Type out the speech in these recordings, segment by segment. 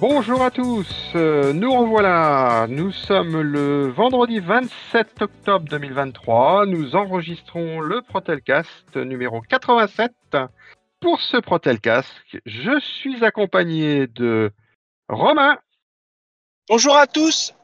Bonjour à tous, nous revoilà. Nous sommes le vendredi 27 octobre 2023. Nous enregistrons le Protelcast numéro 87. Pour ce Protelcast, je suis accompagné de Romain. Bonjour à tous.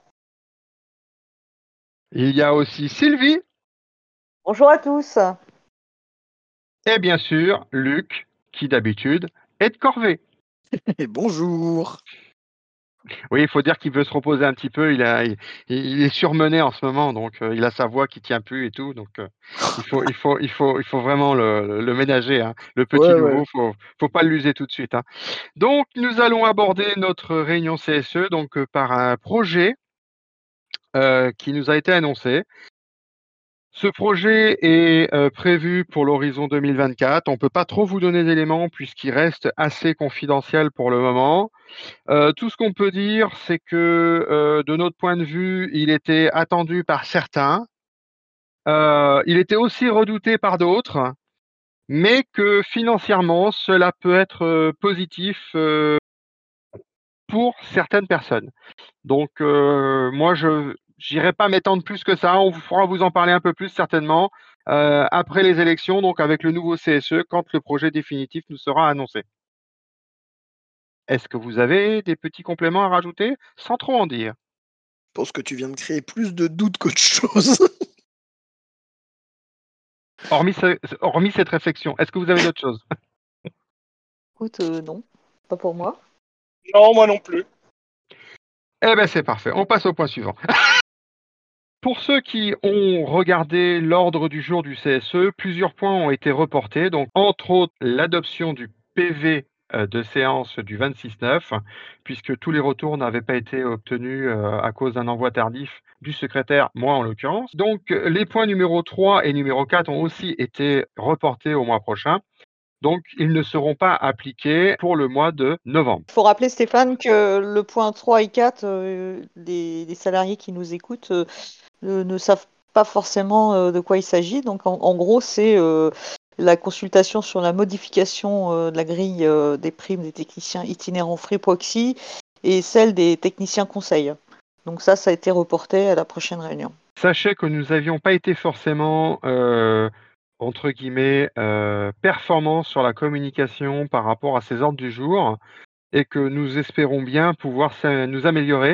Il y a aussi Sylvie. Bonjour à tous. Et bien sûr, Luc, qui d'habitude est de corvée. Et bonjour. Oui, il faut dire qu'il veut se reposer un petit peu. Il est surmené en ce moment, donc il a sa voix qui tient plus et tout. Donc il faut vraiment le ménager. Hein. Le petit nouveau, faut pas l'user tout de suite. Hein. Donc nous allons aborder notre réunion CSE donc par un projet qui nous a été annoncé. Ce projet est prévu pour l'horizon 2024. On ne peut pas trop vous donner d'éléments puisqu'il reste assez confidentiel pour le moment. Tout ce qu'on peut dire, c'est que de notre point de vue, il était attendu par certains. Il était aussi redouté par d'autres, mais que financièrement, cela peut être positif pour certaines personnes. Donc, moi, je n'irai pas m'étendre plus que ça. On pourra vous en parler un peu plus certainement après les élections, donc avec le nouveau CSE, quand le projet définitif nous sera annoncé. Est-ce que vous avez des petits compléments à rajouter sans trop en dire? Je pense que tu viens de créer plus de doutes qu'autre chose. Hormis cette réflexion, est-ce que vous avez d'autres choses? Écoute, non, pas pour moi. Non, moi non plus. Eh bien, c'est parfait. On passe au point suivant. Pour ceux qui ont regardé l'ordre du jour du CSE, plusieurs points ont été reportés. Donc, entre autres, l'adoption du PV de séance du 26/9, puisque tous les retours n'avaient pas été obtenus à cause d'un envoi tardif du secrétaire, moi en l'occurrence. Donc, les points numéro 3 et numéro 4 ont aussi été reportés au mois prochain. Donc, ils ne seront pas appliqués pour le mois de novembre. Il faut rappeler, Stéphane, que le point 3 et 4, les salariés qui nous écoutent ne savent pas forcément de quoi il s'agit. Donc, en gros, c'est la consultation sur la modification de la grille des primes des techniciens itinérants Free Proxy et celle des techniciens conseils. Donc ça a été reporté à la prochaine réunion. Sachez que nous n'avions pas été forcément, entre guillemets, performants sur la communication par rapport à ces ordres du jour et que nous espérons bien pouvoir nous améliorer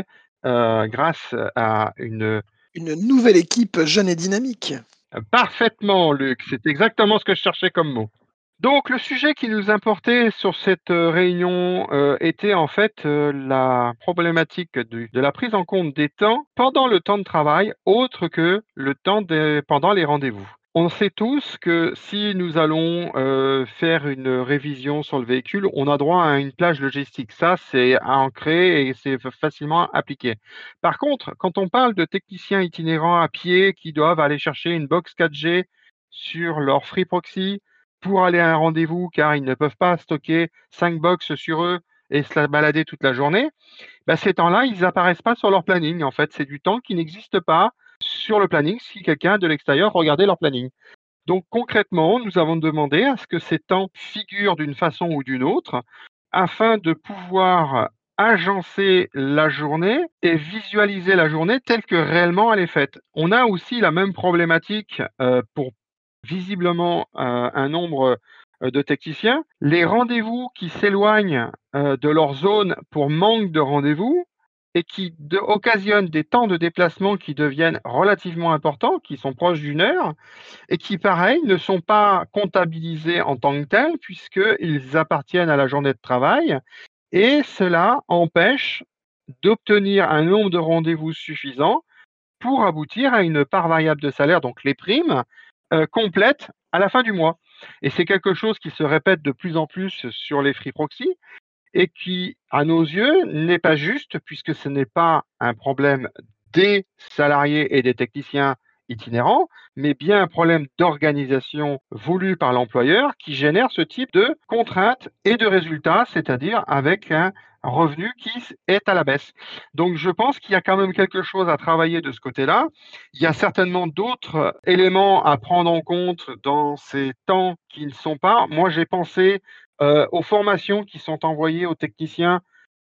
grâce à une... Une nouvelle équipe jeune et dynamique. Parfaitement, Luc, c'est exactement ce que je cherchais comme mot. Donc, le sujet qui nous importait sur cette réunion était en fait la problématique de la prise en compte des temps pendant le temps de travail, autre que le temps pendant les rendez-vous. On sait tous que si nous allons faire une révision sur le véhicule, on a droit à une plage logistique. Ça, c'est ancré et c'est facilement appliqué. Par contre, quand on parle de techniciens itinérants à pied qui doivent aller chercher une box 4G sur leur Free Proxy, pour aller à un rendez-vous car ils ne peuvent pas stocker 5 box sur eux et se la balader toute la journée, ces temps-là, ils apparaissent pas sur leur planning. En fait, c'est du temps qui n'existe pas sur le planning si quelqu'un de l'extérieur regardait leur planning. Donc concrètement, nous avons demandé à ce que ces temps figurent d'une façon ou d'une autre afin de pouvoir agencer la journée et visualiser la journée telle que réellement elle est faite. On a aussi la même problématique pour visiblement un nombre de techniciens. Les rendez-vous qui s'éloignent de leur zone pour manque de rendez-vous et qui occasionnent des temps de déplacement qui deviennent relativement importants, qui sont proches d'une heure, et qui, pareil, ne sont pas comptabilisés en tant que tels, puisqu'ils appartiennent à la journée de travail, et cela empêche d'obtenir un nombre de rendez-vous suffisant pour aboutir à une part variable de salaire, donc les primes, complètes à la fin du mois. Et c'est quelque chose qui se répète de plus en plus sur les free proxy et qui, à nos yeux, n'est pas juste puisque ce n'est pas un problème des salariés et des techniciens itinérants, mais bien un problème d'organisation voulu par l'employeur qui génère ce type de contraintes et de résultats, c'est-à-dire avec un revenu qui est à la baisse. Donc je pense qu'il y a quand même quelque chose à travailler de ce côté-là. Il y a certainement d'autres éléments à prendre en compte dans ces temps qui ne sont pas. Moi, j'ai pensé aux formations qui sont envoyées aux techniciens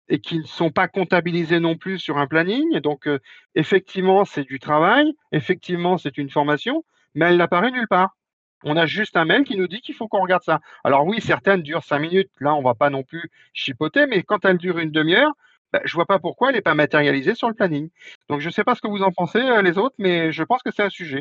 et qui ne sont pas comptabilisés non plus sur un planning. Donc, effectivement, c'est du travail, effectivement, c'est une formation, mais elle n'apparaît nulle part. On a juste un mail qui nous dit qu'il faut qu'on regarde ça. Alors oui, certaines durent 5 minutes. Là, on va pas non plus chipoter, mais quand elles durent une demi-heure, je vois pas pourquoi elle n'est pas matérialisée sur le planning. Donc, je sais pas ce que vous en pensez, les autres, mais je pense que c'est un sujet.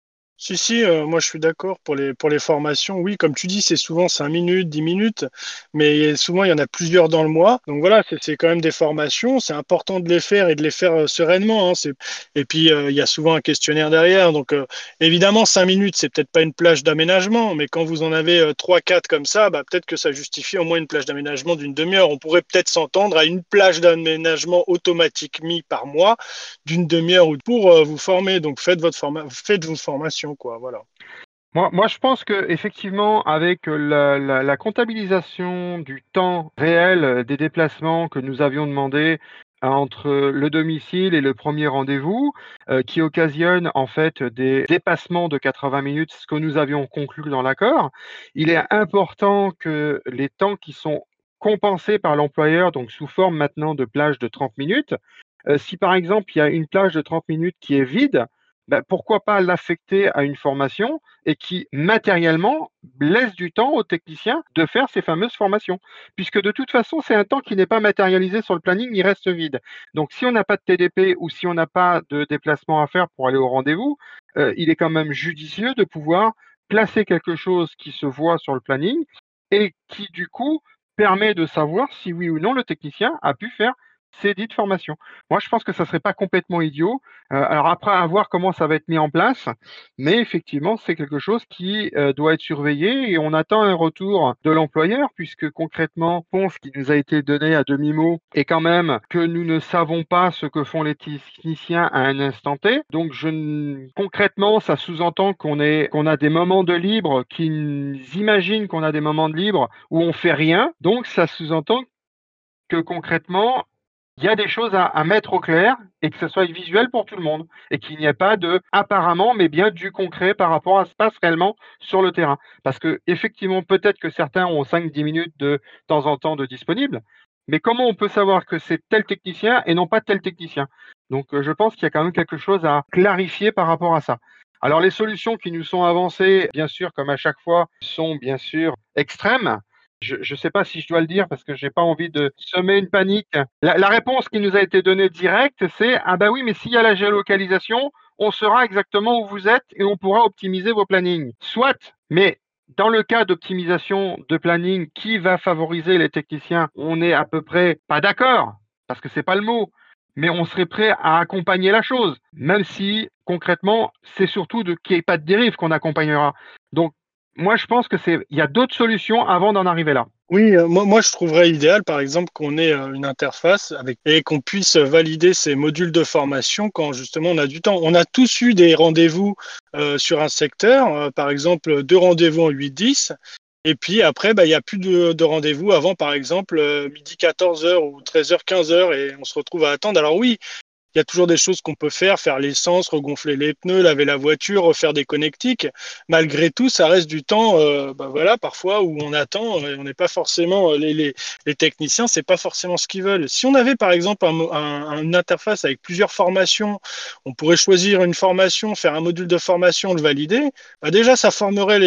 Si, moi je suis d'accord pour les formations. Oui, comme tu dis, c'est souvent 5 minutes, 10 minutes, mais souvent il y en a plusieurs dans le mois. Donc voilà, c'est quand même des formations. C'est important de les faire et de les faire sereinement, hein. Et puis il y a souvent un questionnaire derrière. Donc évidemment, 5 minutes, c'est peut-être pas une plage d'aménagement, mais quand vous en avez 3, 4 comme ça, bah, peut-être que ça justifie au moins une plage d'aménagement d'une demi-heure. On pourrait peut-être s'entendre à une plage d'aménagement automatique mis par mois d'une demi-heure ou pour vous former. Donc faites vos formations, quoi. Voilà. Moi, je pense que effectivement, avec la comptabilisation du temps réel des déplacements que nous avions demandé entre le domicile et le premier rendez-vous, qui occasionne en fait des dépassements de 80 minutes, ce que nous avions conclu dans l'accord, il est important que les temps qui sont compensés par l'employeur, donc sous forme maintenant de plage de 30 minutes, si par exemple il y a une plage de 30 minutes qui est vide, pourquoi pas l'affecter à une formation et qui matériellement laisse du temps aux techniciens de faire ces fameuses formations. Puisque de toute façon, c'est un temps qui n'est pas matérialisé sur le planning, il reste vide. Donc si on n'a pas de TDP ou si on n'a pas de déplacement à faire pour aller au rendez-vous, il est quand même judicieux de pouvoir placer quelque chose qui se voit sur le planning et qui du coup permet de savoir si oui ou non le technicien a pu faire ces dites formations. Moi, je pense que ça serait pas complètement idiot. Alors après, à voir comment ça va être mis en place, mais effectivement, c'est quelque chose qui doit être surveillé et on attend un retour de l'employeur puisque concrètement, ce qui nous a été donné à demi-mot est quand même que nous ne savons pas ce que font les techniciens à un instant T. Donc, concrètement, ça sous-entend qu'on a des moments de libre, qu'ils imaginent qu'on a des moments de libre où on fait rien. Donc, ça sous-entend que concrètement, il y a des choses à mettre au clair et que ce soit visuel pour tout le monde et qu'il n'y ait pas de apparemment, mais bien du concret par rapport à ce qui se passe réellement sur le terrain. Parce que effectivement, peut-être que certains ont 5-10 minutes de temps en temps de disponible, mais comment on peut savoir que c'est tel technicien et non pas tel technicien? Donc, je pense qu'il y a quand même quelque chose à clarifier par rapport à ça. Alors, les solutions qui nous sont avancées, bien sûr, comme à chaque fois, sont bien sûr extrêmes. Je ne sais pas si je dois le dire parce que j'ai pas envie de semer une panique. La réponse qui nous a été donnée directe, c'est: «Ah bah oui, mais s'il y a la géolocalisation, on saura exactement où vous êtes et on pourra optimiser vos plannings». Soit, mais dans le cas d'optimisation de planning qui va favoriser les techniciens, on est à peu près pas d'accord, parce que c'est pas le mot, mais on serait prêt à accompagner la chose, même si concrètement, c'est surtout qu'il n'y ait pas de dérive qu'on accompagnera. Donc moi, je pense il y a d'autres solutions avant d'en arriver là. Oui, moi je trouverais idéal, par exemple, qu'on ait une interface et qu'on puisse valider ces modules de formation quand justement on a du temps. On a tous eu des rendez-vous sur un secteur, par exemple 2 rendez-vous en 8-10, et puis après, bah, il n'y a plus de rendez-vous avant, par exemple, midi 14h ou 13h, 15h, et on se retrouve à attendre. Alors oui, il y a toujours des choses qu'on peut faire l'essence, regonfler les pneus, laver la voiture, refaire des connectiques. Malgré tout, ça reste du temps, voilà, parfois où on attend et on n'est pas forcément, les techniciens, c'est pas forcément ce qu'ils veulent. Si on avait par exemple une interface avec plusieurs formations, on pourrait choisir une formation, faire un module de formation, le valider. Bah déjà, ça formerait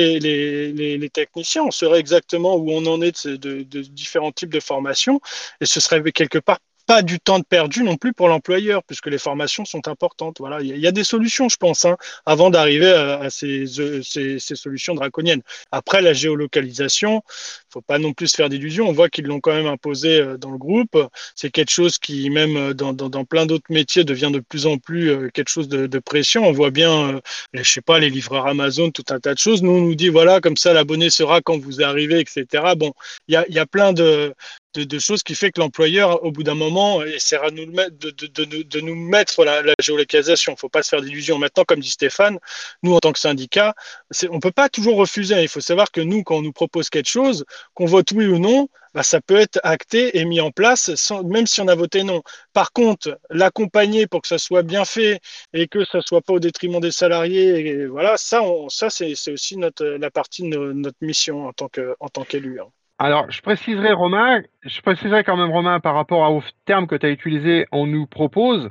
les techniciens. On saurait exactement où on en est de différents types de formations et ce serait quelque part pas du temps de perdu non plus pour l'employeur, puisque les formations sont importantes. Voilà, il y a des solutions, je pense, hein, avant d'arriver à ces solutions draconiennes. Après, la géolocalisation, faut pas non plus se faire d'illusions. On voit qu'ils l'ont quand même imposé dans le groupe. C'est quelque chose qui, même dans plein d'autres métiers, devient de plus en plus quelque chose de pression. On voit bien, je sais pas, les livreurs Amazon, tout un tas de choses. Nous, on nous dit, voilà, comme ça, l'abonné sera quand vous arrivez, etc. Bon, il y a plein de choses qui fait que l'employeur, au bout d'un moment, essaiera de nous mettre la géolocalisation. Il ne faut pas se faire d'illusions. Maintenant, comme dit Stéphane, nous, en tant que syndicat, on ne peut pas toujours refuser. Il faut savoir que nous, quand on nous propose quelque chose, qu'on vote oui ou non, bah, ça peut être acté et mis en place, même si on a voté non. Par contre, l'accompagner pour que ça soit bien fait et que ça ne soit pas au détriment des salariés, et voilà, ça c'est aussi la partie de notre mission en tant qu'élu. Hein. Alors, je préciserai quand même, Romain, par rapport au terme que tu as utilisé, on nous propose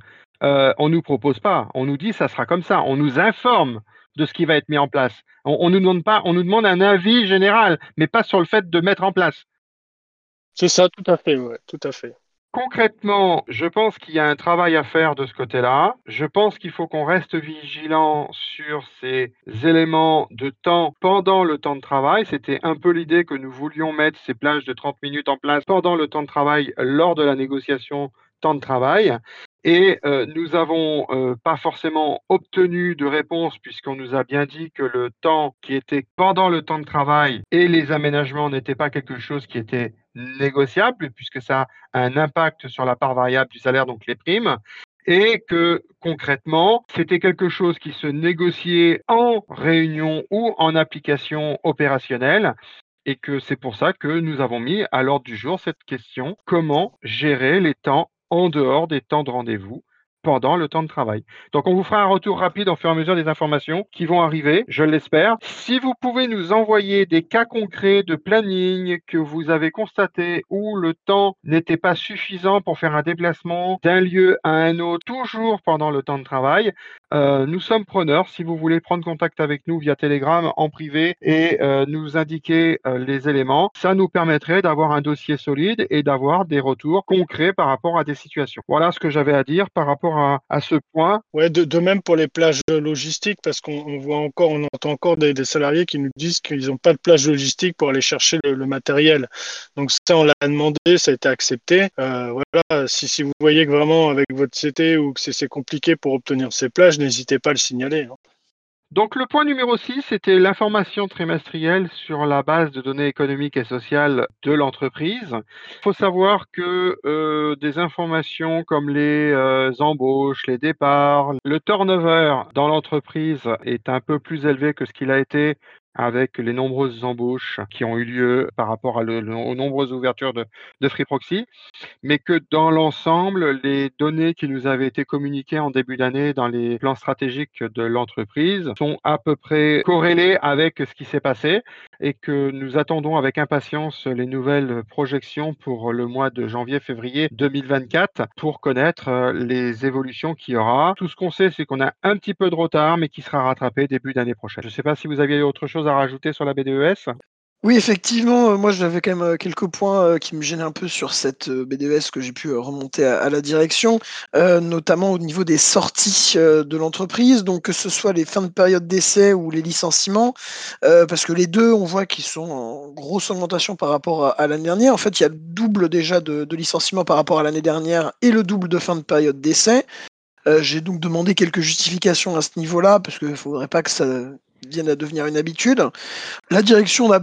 pas. On nous dit ça sera comme ça. On nous informe de ce qui va être mis en place. On nous demande pas, on nous demande un avis général, mais pas sur le fait de mettre en place. C'est ça, tout à fait, ouais, tout à fait. Concrètement, je pense qu'il y a un travail à faire de ce côté-là. Je pense qu'il faut qu'on reste vigilant sur ces éléments de temps pendant le temps de travail. C'était un peu l'idée que nous voulions mettre ces plages de 30 minutes en place pendant le temps de travail lors de la négociation temps de travail. Et nous avons pas forcément obtenu de réponse puisqu'on nous a bien dit que le temps qui était pendant le temps de travail et les aménagements n'étaient pas quelque chose qui était négociable puisque ça a un impact sur la part variable du salaire, donc les primes, et que concrètement, c'était quelque chose qui se négociait en réunion ou en application opérationnelle. Et que c'est pour ça que nous avons mis à l'ordre du jour cette question, comment gérer les temps en dehors des temps de rendez-vous pendant le temps de travail. Donc on vous fera un retour rapide au fur et à mesure des informations qui vont arriver, je l'espère. Si vous pouvez nous envoyer des cas concrets de planning que vous avez constaté où le temps n'était pas suffisant pour faire un déplacement d'un lieu à un autre, toujours pendant le temps de travail, nous sommes preneurs. Si vous voulez prendre contact avec nous via Telegram en privé et nous indiquer les éléments, ça nous permettrait d'avoir un dossier solide et d'avoir des retours concrets par rapport à des situations. Voilà ce que j'avais à dire par rapport à ce point. Ouais, de même pour les plages logistiques, parce qu'on voit encore, on entend encore des salariés qui nous disent qu'ils n'ont pas de plage logistique pour aller chercher le matériel. Donc ça, on l'a demandé, ça a été accepté. Voilà, si vous voyez que vraiment avec votre CT ou que c'est compliqué pour obtenir ces plages, n'hésitez pas à le signaler. Donc le point numéro 6, c'était l'information trimestrielle sur la base de données économiques et sociales de l'entreprise. Il faut savoir que des informations comme les embauches, les départs, le turnover dans l'entreprise est un peu plus élevé que ce qu'il a été avec les nombreuses embauches qui ont eu lieu par rapport aux nombreuses ouvertures de Free Proxy, mais que dans l'ensemble, les données qui nous avaient été communiquées en début d'année dans les plans stratégiques de l'entreprise sont à peu près corrélées avec ce qui s'est passé et que nous attendons avec impatience les nouvelles projections pour le mois de janvier-février 2024 pour connaître les évolutions qu'il y aura. Tout ce qu'on sait, c'est qu'on a un petit peu de retard, mais qui sera rattrapé début d'année prochaine. Je ne sais pas si vous aviez autre chose à rajouter sur la BDES. Oui, effectivement, moi j'avais quand même quelques points qui me gênaient un peu sur cette BDES que j'ai pu remonter à la direction, notamment au niveau des sorties de l'entreprise, donc que ce soit les fins de période d'essai ou les licenciements, parce que les deux, on voit qu'ils sont en grosse augmentation par rapport à l'année dernière. En fait, il y a le double déjà de licenciements par rapport à l'année dernière et le double de fin de période d'essai. J'ai donc demandé quelques justifications à ce niveau-là, parce qu'il ne faudrait pas que ça vienne à devenir une habitude. La direction nous a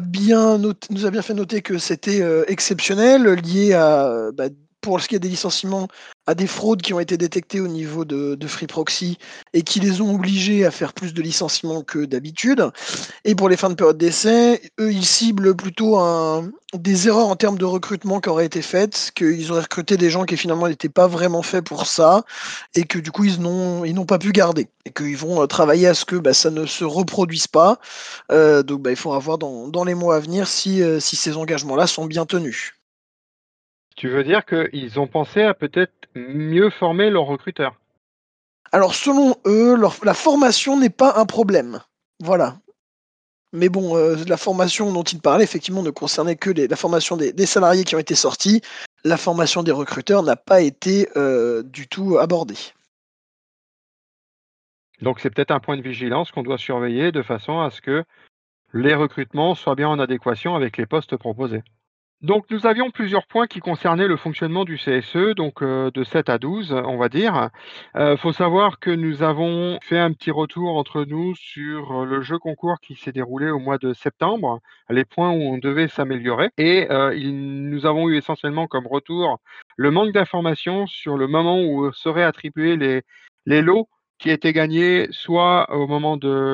bien fait noter que c'était exceptionnel, lié à, pour ce qui est des licenciements, à des fraudes qui ont été détectées au niveau de Free Proxy et qui les ont obligés à faire plus de licenciements que d'habitude. Et pour les fins de période d'essai, eux, ils ciblent plutôt des erreurs en termes de recrutement qui auraient été faites, qu'ils auraient recruté des gens qui finalement n'étaient pas vraiment faits pour ça, et que du coup, ils n'ont pas pu garder. Et qu'ils vont travailler à ce que ça ne se reproduise pas. Donc il faudra voir dans les mois à venir si ces engagements-là sont bien tenus. Tu veux dire qu'ils ont pensé à peut-être mieux former leurs recruteurs? Alors selon eux, la formation n'est pas un problème. Voilà. Mais bon, la formation dont ils parlaient, effectivement, ne concernait que la formation des salariés qui ont été sortis. La formation des recruteurs n'a pas été du tout abordée. Donc c'est peut-être un point de vigilance qu'on doit surveiller de façon à ce que les recrutements soient bien en adéquation avec les postes proposés. Donc nous avions plusieurs points qui concernaient le fonctionnement du CSE, donc de 7 à 12, on va dire. Faut savoir que nous avons fait un petit retour entre nous sur le jeu concours qui s'est déroulé au mois de septembre, les points où on devait s'améliorer. Et nous avons eu essentiellement comme retour le manque d'informations sur le moment où seraient attribués les lots qui étaient gagnés, soit au moment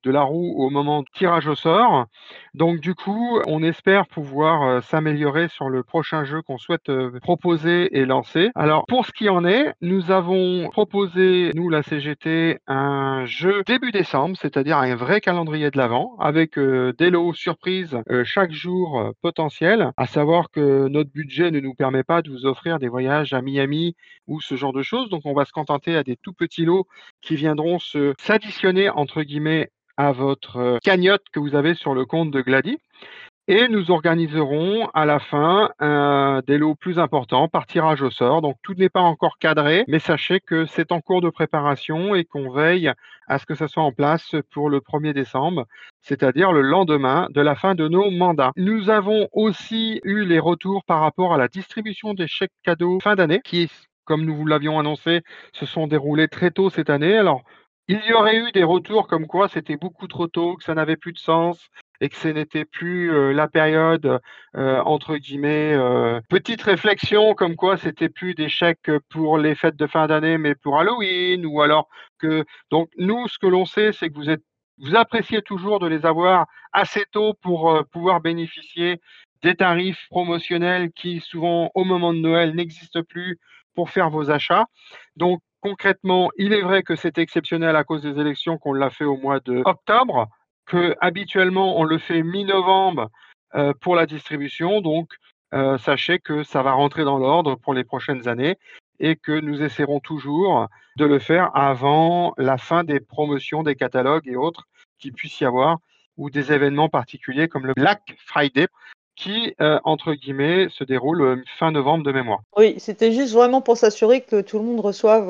de la roue au moment du tirage au sort. Donc du coup, on espère pouvoir, s'améliorer sur le prochain jeu qu'on souhaite, proposer et lancer. Alors pour ce qui en est, nous avons proposé, nous la CGT, un jeu début décembre, c'est-à-dire un vrai calendrier de l'avent avec, des lots surprises, chaque jour, potentiel. À savoir que notre budget ne nous permet pas de vous offrir des voyages à Miami ou ce genre de choses, donc on va se contenter à des tout petits lots qui viendront s'additionner entre guillemets à votre cagnotte que vous avez sur le compte de Glady. Et nous organiserons à la fin des lots plus importants par tirage au sort. Donc tout n'est pas encore cadré, mais sachez que c'est en cours de préparation et qu'on veille à ce que ça soit en place pour le 1er décembre, c'est-à-dire le lendemain de la fin de nos mandats. Nous avons aussi eu les retours par rapport à la distribution des chèques cadeaux fin d'année qui, comme nous vous l'avions annoncé, se sont déroulés très tôt cette année. Alors, il y aurait eu des retours comme quoi c'était beaucoup trop tôt, que ça n'avait plus de sens et que ce n'était plus, la période, entre guillemets, petite réflexion comme quoi c'était plus des chèques, pour les fêtes de fin d'année, mais pour Halloween ou alors que donc nous, ce que l'on sait, c'est que vous appréciez toujours de les avoir assez tôt pour, pouvoir bénéficier des tarifs promotionnels qui souvent, au moment de Noël, n'existent plus pour faire vos achats. Donc concrètement, il est vrai que c'est exceptionnel à cause des élections qu'on l'a fait au mois d'octobre, que habituellement on le fait mi-novembre pour la distribution. Donc sachez que ça va rentrer dans l'ordre pour les prochaines années et que nous essaierons toujours de le faire avant la fin des promotions, des catalogues et autres qu'il puisse y avoir, ou des événements particuliers comme le Black Friday qui, entre guillemets, se déroule fin novembre de mémoire. Oui, c'était juste vraiment pour s'assurer que tout le monde reçoive,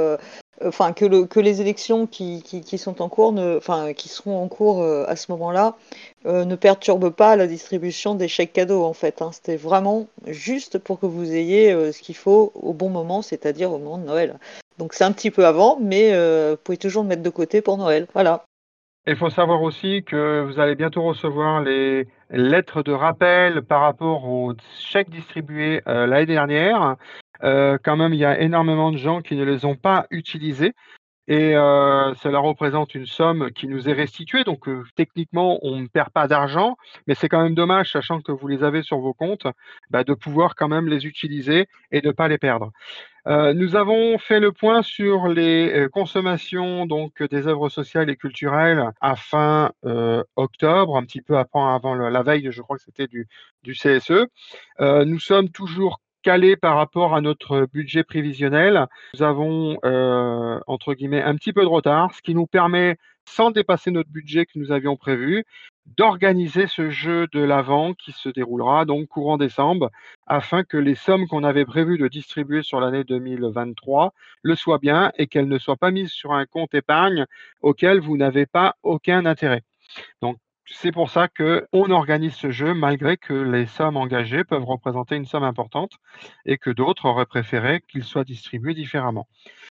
enfin que les élections qui sont en cours, qui seront en cours à ce moment-là, ne perturbent pas la distribution des chèques cadeaux en fait. Hein. C'était vraiment juste pour que vous ayez ce qu'il faut au bon moment, c'est-à-dire au moment de Noël. Donc c'est un petit peu avant, mais vous pouvez toujours le mettre de côté pour Noël. Voilà. Il faut savoir aussi que vous allez bientôt recevoir les lettres de rappel par rapport aux chèques distribués l'année dernière. Quand même, il y a énormément de gens qui ne les ont pas utilisés et cela représente une somme qui nous est restituée. Donc techniquement, on ne perd pas d'argent, mais c'est quand même dommage, sachant que vous les avez sur vos comptes, de pouvoir quand même les utiliser et de ne pas les perdre. Nous avons fait le point sur les consommations donc des œuvres sociales et culturelles à fin octobre, un petit peu avant la veille, je crois que c'était du CSE. Nous sommes toujours calés par rapport à notre budget prévisionnel. Nous avons entre guillemets un petit peu de retard, ce qui nous permet, sans dépasser notre budget que nous avions prévu, d'organiser ce jeu de l'Avent qui se déroulera donc courant décembre, afin que les sommes qu'on avait prévu de distribuer sur l'année 2023 le soient bien et qu'elles ne soient pas mises sur un compte épargne auquel vous n'avez pas aucun intérêt. Donc c'est pour ça qu'on organise ce jeu malgré que les sommes engagées peuvent représenter une somme importante et que d'autres auraient préféré qu'il soit distribué différemment.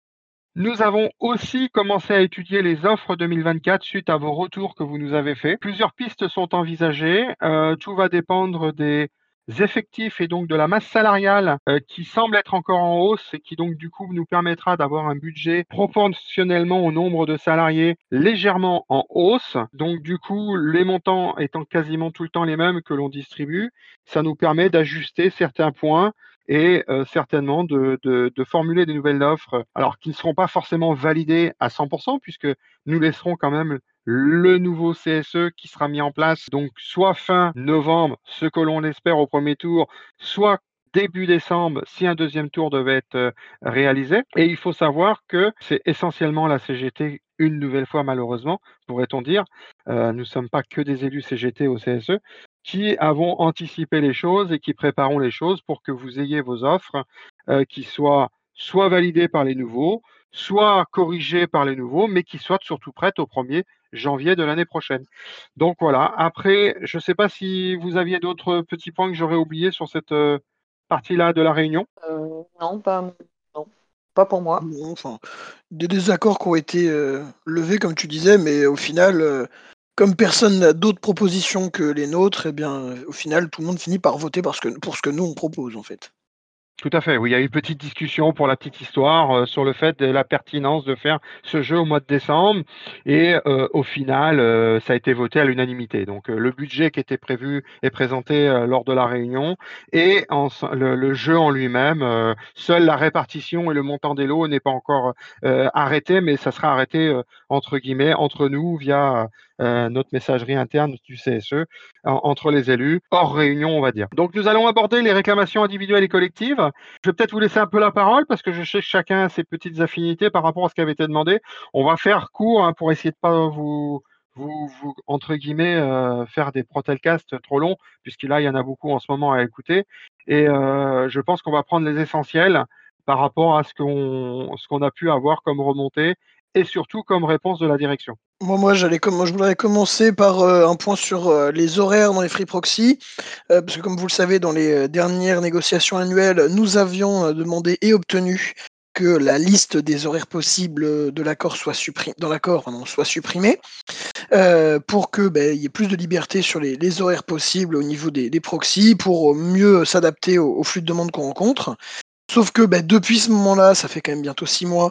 Nous avons aussi commencé à étudier les offres 2024 suite à vos retours que vous nous avez faits. Plusieurs pistes sont envisagées. Tout va dépendre des effectifs et donc de la masse salariale qui semble être encore en hausse et qui donc du coup nous permettra d'avoir un budget proportionnellement au nombre de salariés légèrement en hausse. Donc du coup, les montants étant quasiment tout le temps les mêmes que l'on distribue, ça nous permet d'ajuster certains points et certainement de formuler des nouvelles offres, alors qui ne seront pas forcément validées à 100% puisque nous laisserons quand même le nouveau CSE qui sera mis en place, donc soit fin novembre, ce que l'on espère au premier tour, soit début décembre si un deuxième tour devait être réalisé. Et il faut savoir que c'est essentiellement la CGT, une nouvelle fois malheureusement, pourrait-on dire, nous ne sommes pas que des élus CGT au CSE, qui avons anticipé les choses et qui préparons les choses pour que vous ayez vos offres qui soient soit validées par les nouveaux, soit corrigées par les nouveaux, mais qui soient surtout prêtes au 1er janvier de l'année prochaine. Donc voilà, après, je ne sais pas si vous aviez d'autres petits points que j'aurais oubliés sur cette partie-là de la réunion. Non, pas pour moi. Bon, enfin, des désaccords qui ont été levés, comme tu disais, mais au final, comme personne n'a d'autres propositions que les nôtres, eh bien, au final, tout le monde finit par voter pour ce que nous on propose, en fait. Tout à fait, oui, il y a eu une petite discussion pour la petite histoire, sur le fait de la pertinence de faire ce jeu au mois de décembre et au final, ça a été voté à l'unanimité. Donc, le budget qui était prévu est présenté, lors de la réunion et le jeu en lui-même, seule la répartition et le montant des lots n'est pas encore, arrêté, mais ça sera arrêté, entre guillemets, entre nous via, notre messagerie interne du CSE, entre les élus, hors réunion, on va dire. Donc nous allons aborder les réclamations individuelles et collectives. Je vais peut-être vous laisser un peu la parole parce que je sais que chacun a ses petites affinités par rapport à ce qui avait été demandé. On va faire court pour essayer de pas vous entre guillemets faire des protelcasts trop longs, puisque là il y en a beaucoup en ce moment à écouter. Et je pense qu'on va prendre les essentiels par rapport à ce qu'on a pu avoir comme remontée et surtout comme réponse de la direction. Moi, je voudrais commencer par un point sur les horaires dans les free proxy, parce que comme vous le savez, dans les dernières négociations annuelles, nous avions demandé et obtenu que la liste des horaires possibles de l'accord soit supprimée, pour que il y ait plus de liberté sur les horaires possibles au niveau des proxys, pour mieux s'adapter au flux de demandes qu'on rencontre. Sauf que depuis ce moment-là, ça fait quand même bientôt 6 mois,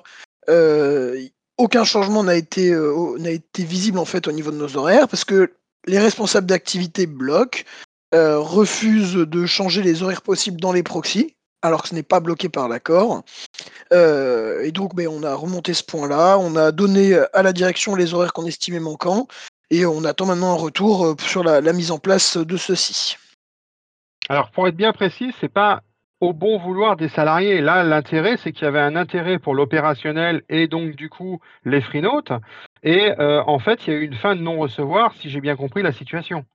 aucun changement n'a été visible en fait au niveau de nos horaires parce que les responsables d'activité bloquent, refusent de changer les horaires possibles dans les proxys, alors que ce n'est pas bloqué par l'accord. Et donc on a remonté ce point-là, on a donné à la direction les horaires qu'on estimait manquants, et on attend maintenant un retour sur la mise en place de ceux-ci. Alors, pour être bien précis, c'est pas au bon vouloir des salariés. Là, l'intérêt, c'est qu'il y avait un intérêt pour l'opérationnel et donc, du coup, les freenotes. Et en fait, il y a eu une fin de non-recevoir, si j'ai bien compris la situation.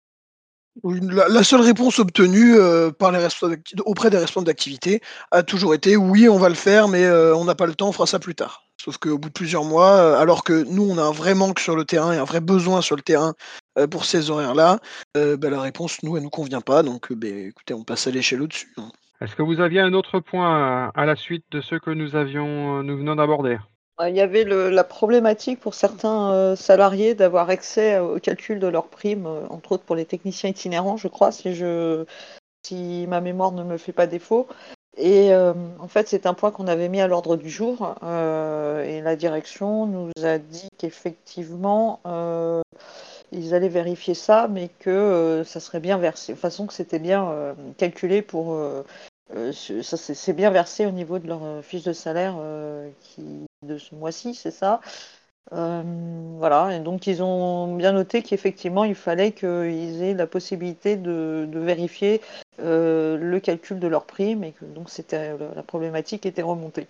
La seule réponse obtenue par auprès des responsables d'activité a toujours été oui, on va le faire, mais on n'a pas le temps, on fera ça plus tard. Sauf qu'au bout de plusieurs mois, alors que nous, on a un vrai manque sur le terrain et un vrai besoin sur le terrain pour ces horaires-là, la réponse, nous, elle nous convient pas. Donc, écoutez, on passe à l'échelle au-dessus, hein. Est-ce que vous aviez un autre point à la suite de ceux que nous venons d'aborder? Il y avait la problématique pour certains salariés d'avoir accès au calcul de leurs primes, entre autres pour les techniciens itinérants, je crois, si ma mémoire ne me fait pas défaut. Et en fait, c'est un point qu'on avait mis à l'ordre du jour. Et la direction nous a dit qu'effectivement, ils allaient vérifier ça, mais que ça serait bien versé. De toute façon, que c'était bien calculé pour. Ça, c'est bien versé au niveau de leur fiche de salaire de ce mois-ci, c'est ça. Voilà, et donc ils ont bien noté qu'effectivement il fallait qu'ils aient la possibilité de vérifier le calcul de leur prime et que donc la problématique était remontée.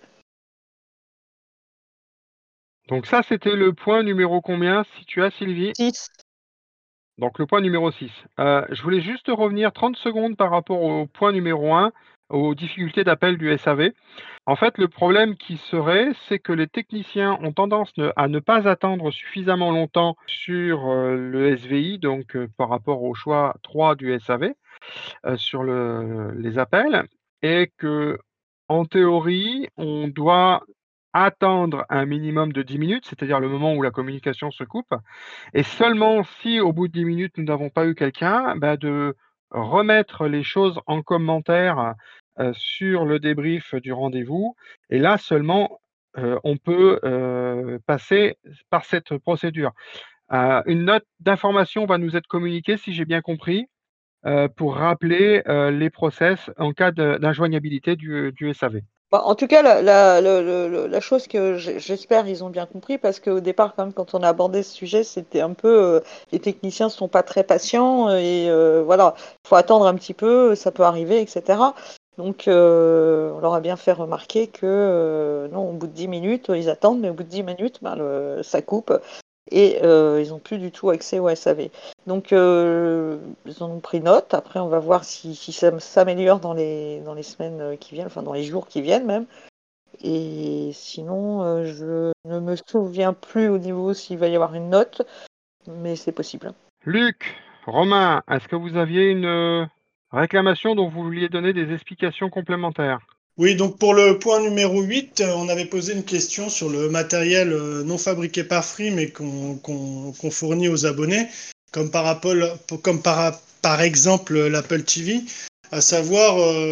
Donc ça, c'était le point numéro combien, si tu as, Sylvie? 6. Donc le point numéro 6. Je voulais juste revenir 30 secondes par rapport au point numéro 1, aux difficultés d'appel du SAV. En fait, le problème qui serait, c'est que les techniciens ont tendance à ne pas attendre suffisamment longtemps sur le SVI, donc par rapport au choix 3 du SAV, sur les appels, et que en théorie, on doit attendre un minimum de 10 minutes, c'est-à-dire le moment où la communication se coupe, et seulement si au bout de 10 minutes, nous n'avons pas eu quelqu'un, de remettre les choses en commentaire, sur le débrief du rendez-vous, et là seulement, on peut, passer par cette procédure. Une note d'information va nous être communiquée, si j'ai bien compris, pour rappeler, les process en cas d'injoignabilité du SAV. En tout cas, la chose que j'espère ils ont bien compris, parce qu'au départ, quand on a abordé ce sujet, c'était un peu les techniciens sont pas très patients et voilà, il faut attendre un petit peu, ça peut arriver, etc. Donc, on leur a bien fait remarquer que non, au bout de 10 minutes, ils attendent, mais au bout de 10 minutes, ça coupe et ils n'ont plus du tout accès au SAV. Donc, ils en ont pris note. Après, on va voir si ça s'améliore dans les semaines qui viennent, enfin dans les jours qui viennent même. Et sinon, je ne me souviens plus au niveau s'il va y avoir une note, mais c'est possible. Luc, Romain, est-ce que vous aviez une réclamation dont vous vouliez donner des explications complémentaires? Oui, donc pour le point numéro 8, on avait posé une question sur le matériel non fabriqué par Free, mais qu'on fournit aux abonnés, comme par exemple l'Apple TV, à savoir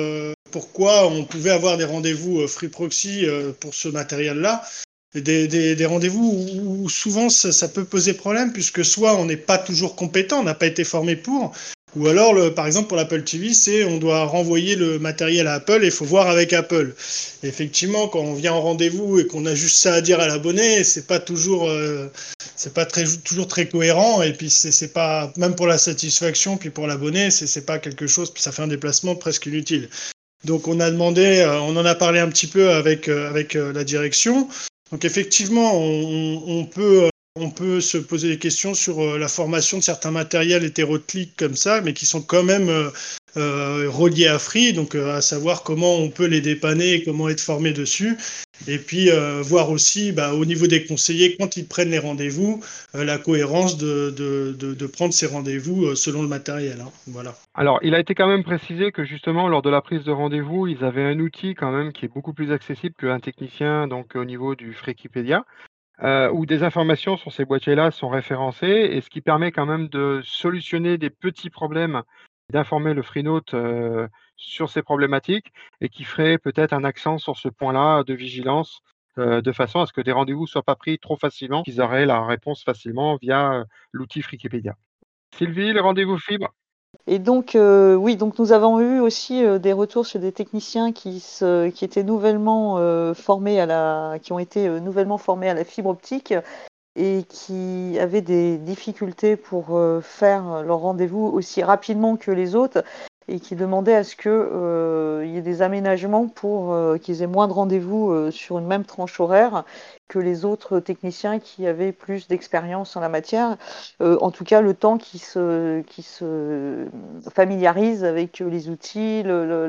pourquoi on pouvait avoir des rendez-vous Free Proxy pour ce matériel-là. Et des rendez-vous où souvent ça peut poser problème, puisque soit on n'est pas toujours compétent, on n'a pas été formé pour, ou alors, par exemple, pour l'Apple TV, on doit renvoyer le matériel à Apple et il faut voir avec Apple. Et effectivement, quand on vient en rendez-vous et qu'on a juste ça à dire à l'abonné, c'est pas toujours très cohérent. Et puis c'est pas, même pour la satisfaction, puis pour l'abonné, c'est pas quelque chose, puis ça fait un déplacement presque inutile. Donc on a demandé, on en a parlé un petit peu avec la direction. Donc effectivement, on peut se poser des questions sur la formation de certains matériels hétéroclites comme ça, mais qui sont quand même reliés à Free, donc à savoir comment on peut les dépanner et comment être formé dessus. Et puis voir aussi au niveau des conseillers, quand ils prennent les rendez-vous, la cohérence de prendre ces rendez-vous selon le matériel. Hein. Voilà. Alors, il a été quand même précisé que justement, lors de la prise de rendez-vous, ils avaient un outil quand même qui est beaucoup plus accessible qu'un technicien, donc au niveau du Frikipédia, où des informations sur ces boîtiers-là sont référencées et ce qui permet quand même de solutionner des petits problèmes, d'informer le Freenode sur ces problématiques et qui ferait peut-être un accent sur ce point-là de vigilance, de façon à ce que des rendez-vous ne soient pas pris trop facilement, qu'ils auraient la réponse facilement via l'outil Frikipédia. Sylvie, les rendez-vous fibre? Et donc, oui, donc nous avons eu aussi des retours sur des techniciens qui étaient nouvellement qui ont été nouvellement formés à la fibre optique et qui avaient des difficultés pour faire leur rendez-vous aussi rapidement que les autres et qui demandaient à ce que il y ait des aménagements pour qu'ils aient moins de rendez-vous sur une même tranche horaire que les autres techniciens qui avaient plus d'expérience en la matière. En tout cas, le temps qui se familiarisent avec les outils.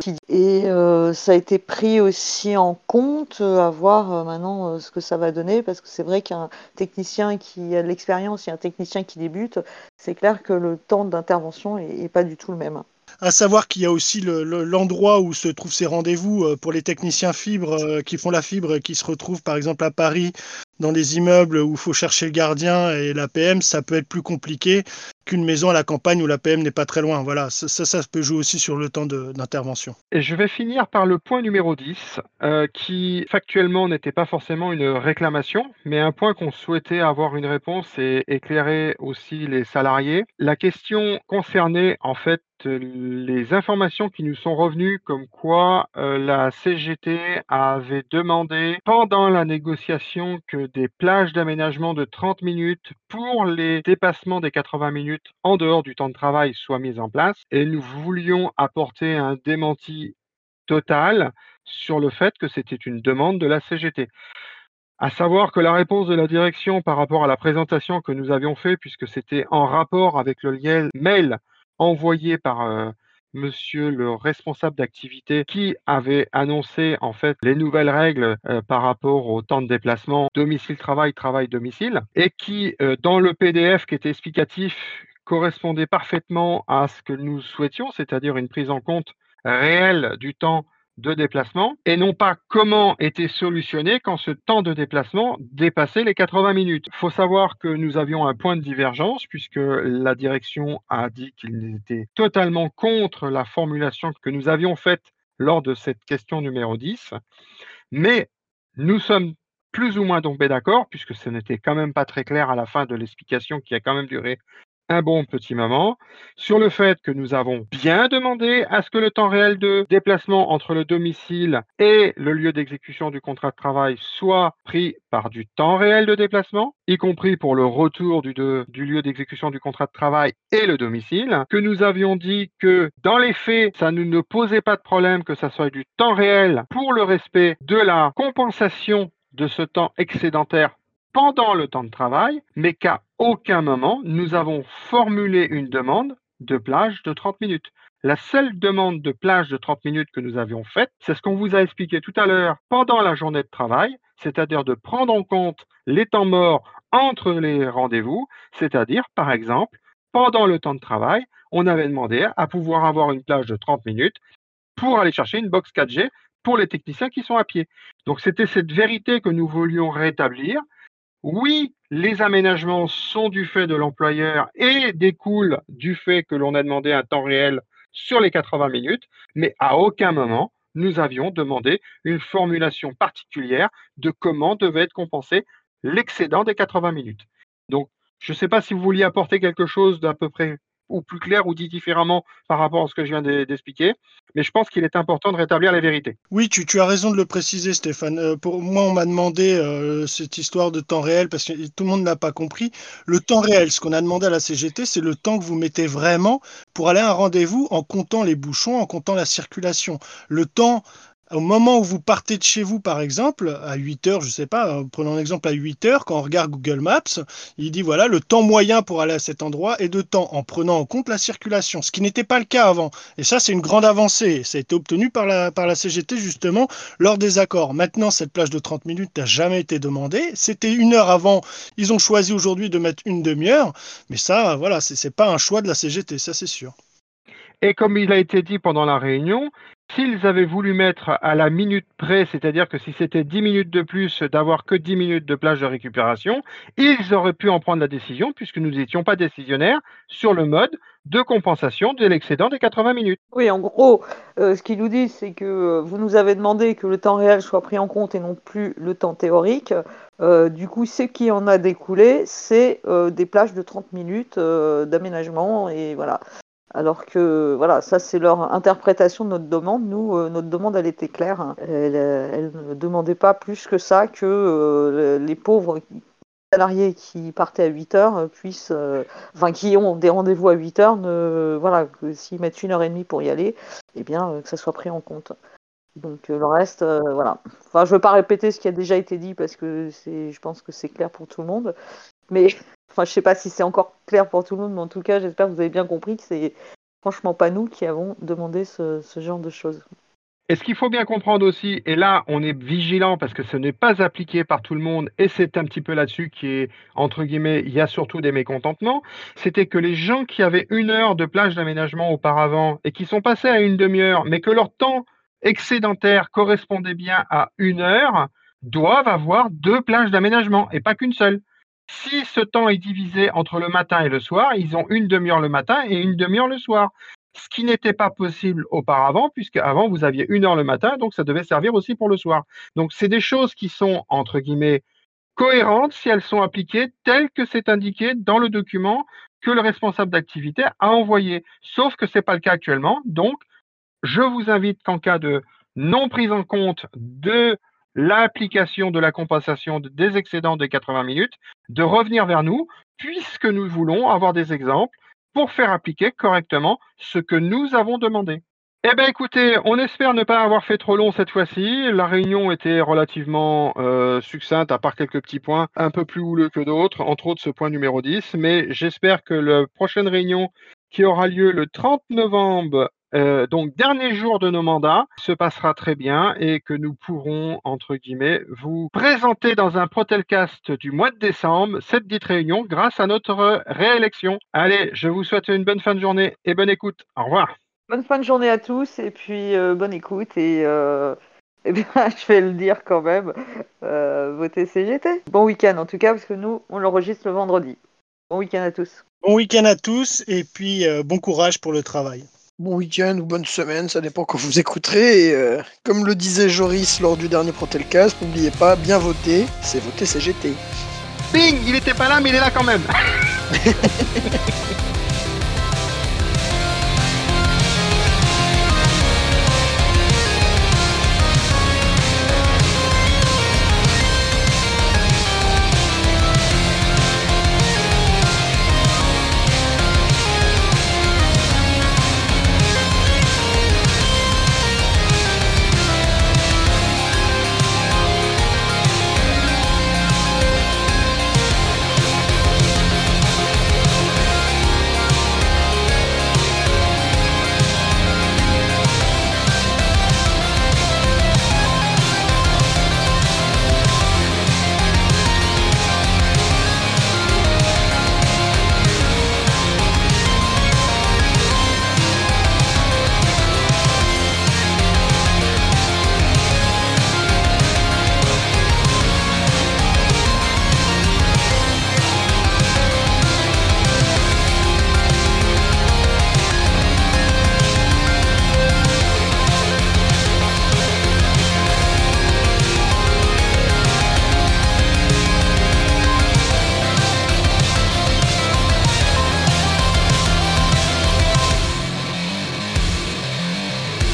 Et ça a été pris aussi en compte, à voir maintenant ce que ça va donner, parce que c'est vrai qu'un technicien qui a de l'expérience et un technicien qui débute, c'est clair que le temps d'intervention est pas du tout le même. À savoir qu'il y a aussi l'endroit où se trouvent ces rendez-vous pour les techniciens fibres qui font la fibre et qui se retrouvent par exemple à Paris dans des immeubles où il faut chercher le gardien et l'APM, ça peut être plus compliqué qu'une maison à la campagne où l'APM n'est pas très loin. Voilà, ça peut jouer aussi sur le temps d'intervention. Et je vais finir par le point numéro 10, qui factuellement n'était pas forcément une réclamation, mais un point qu'on souhaitait avoir une réponse et éclairer aussi les salariés. La question concernait en fait les informations qui nous sont revenues comme quoi la CGT avait demandé pendant la négociation que des plages d'aménagement de 30 minutes pour les dépassements des 80 minutes en dehors du temps de travail soient mises en place et nous voulions apporter un démenti total sur le fait que c'était une demande de la CGT. À savoir que la réponse de la direction par rapport à la présentation que nous avions fait, puisque c'était en rapport avec le mail envoyé par monsieur le responsable d'activité qui avait annoncé en fait les nouvelles règles par rapport au temps de déplacement domicile-travail, travail-domicile, et qui, dans le PDF qui était explicatif, correspondait parfaitement à ce que nous souhaitions, c'est-à-dire une prise en compte réelle du temps de déplacement et non pas comment était solutionné quand ce temps de déplacement dépassait les 80 minutes. Il faut savoir que nous avions un point de divergence puisque la direction a dit qu'il était totalement contre la formulation que nous avions faite lors de cette question numéro 10. Mais nous sommes plus ou moins tombés d'accord puisque ce n'était quand même pas très clair à la fin de l'explication qui a quand même duré un bon petit moment, sur le fait que nous avons bien demandé à ce que le temps réel de déplacement entre le domicile et le lieu d'exécution du contrat de travail soit pris par du temps réel de déplacement, y compris pour le retour du lieu d'exécution du contrat de travail et le domicile, que nous avions dit que dans les faits, ça ne posait pas de problème que ça soit du temps réel pour le respect de la compensation de ce temps excédentaire pendant le temps de travail, mais qu'à aucun moment nous avons formulé une demande de plage de 30 minutes. La seule demande de plage de 30 minutes que nous avions faite, c'est ce qu'on vous a expliqué tout à l'heure pendant la journée de travail, c'est-à-dire de prendre en compte les temps morts entre les rendez-vous, c'est-à-dire, par exemple, pendant le temps de travail, on avait demandé à pouvoir avoir une plage de 30 minutes pour aller chercher une box 4G pour les techniciens qui sont à pied. Donc c'était cette vérité que nous voulions rétablir. Oui, les aménagements sont du fait de l'employeur et découlent du fait que l'on a demandé un temps réel sur les 80 minutes, mais à aucun moment nous avions demandé une formulation particulière de comment devait être compensé l'excédent des 80 minutes. Donc, je ne sais pas si vous vouliez apporter quelque chose d'à peu près ou plus clair ou dit différemment par rapport à ce que je viens d'expliquer, mais je pense qu'il est important de rétablir la vérité. Oui, tu as raison de le préciser, Stéphane. Pour moi, on m'a demandé cette histoire de temps réel parce que tout le monde n'a pas compris. Le temps réel, ce qu'on a demandé à la CGT, c'est le temps que vous mettez vraiment pour aller à un rendez-vous en comptant les bouchons, en comptant la circulation. Le temps, au moment où vous partez de chez vous, par exemple, à 8 heures, je ne sais pas, prenons un exemple à 8 heures, quand on regarde Google Maps, il dit voilà, le temps moyen pour aller à cet endroit est de temps en prenant en compte la circulation, ce qui n'était pas le cas avant. Et ça, c'est une grande avancée. Ça a été obtenu par la CGT, justement, lors des accords. Maintenant, cette plage de 30 minutes n'a jamais été demandée. C'était 1 heure avant. Ils ont choisi aujourd'hui de mettre une demi-heure. Mais ça, voilà, c'est pas un choix de la CGT, ça c'est sûr. Et comme il a été dit pendant la réunion, s'ils avaient voulu mettre à la minute près, c'est-à-dire que si c'était 10 minutes de plus, d'avoir que 10 minutes de plage de récupération, ils auraient pu en prendre la décision puisque nous n'étions pas décisionnaires sur le mode de compensation de l'excédent des 80 minutes. Oui, en gros, ce qu'ils nous disent, c'est que vous nous avez demandé que le temps réel soit pris en compte et non plus le temps théorique. Du coup, ce qui en a découlé, c'est des plages de 30 minutes d'aménagement et voilà. Alors que voilà, ça c'est leur interprétation de notre demande. Nous, notre demande, elle était claire, hein. Elle ne demandait pas plus que ça que les pauvres salariés qui partaient à 8 heures puissent, qui ont des rendez-vous à 8 heures, voilà, que s'ils mettent 1 heure et demie pour y aller, eh bien, que ça soit pris en compte. Donc le reste, voilà. Enfin, je ne veux pas répéter ce qui a déjà été dit parce que je pense que c'est clair pour tout le monde. Mais enfin, je sais pas si c'est encore clair pour tout le monde, mais en tout cas, j'espère que vous avez bien compris que c'est franchement pas nous qui avons demandé ce genre de choses. Et ce qu'il faut bien comprendre aussi, et là on est vigilant parce que ce n'est pas appliqué par tout le monde, et c'est un petit peu là-dessus qui est, entre guillemets, il y a surtout des mécontentements, c'était que les gens qui avaient 1 heure de plage d'aménagement auparavant et qui sont passés à une demi-heure, mais que leur temps excédentaire correspondait bien à 1 heure, doivent avoir 2 plages d'aménagement et pas qu'une seule. Si ce temps est divisé entre le matin et le soir, ils ont une demi-heure le matin et une demi-heure le soir. Ce qui n'était pas possible auparavant, puisque avant vous aviez 1 heure le matin, donc ça devait servir aussi pour le soir. Donc c'est des choses qui sont, entre guillemets, cohérentes si elles sont appliquées telles que c'est indiqué dans le document que le responsable d'activité a envoyé. Sauf que ce n'est pas le cas actuellement. Donc, je vous invite qu'en cas de non prise en compte de l'application de la compensation des excédents des 80 minutes, de revenir vers nous, puisque nous voulons avoir des exemples pour faire appliquer correctement ce que nous avons demandé. Eh bien écoutez, on espère ne pas avoir fait trop long cette fois-ci. La réunion était relativement succincte, à part quelques petits points un peu plus houleux que d'autres, entre autres ce point numéro 10. Mais j'espère que la prochaine réunion qui aura lieu le 30 novembre, donc dernier jour de nos mandats, se passera très bien et que nous pourrons, entre guillemets, vous présenter dans un Protelcast du mois de décembre cette dite réunion grâce à notre réélection. Allez, je vous souhaite une bonne fin de journée et bonne écoute. Au revoir. Bonne fin de journée à tous et puis bonne écoute et eh bien, je vais le dire quand même, votez CGT. Bon week-end en tout cas parce que nous on l'enregistre le vendredi. Bon week-end à tous. Bon week-end à tous et puis bon courage pour le travail. Bon week-end ou bonne semaine, ça dépend quand vous écouterez. Et comme le disait Joris lors du dernier Protelcast, n'oubliez pas, bien voter, c'est voter CGT. Bing, il était pas là mais il est là quand même.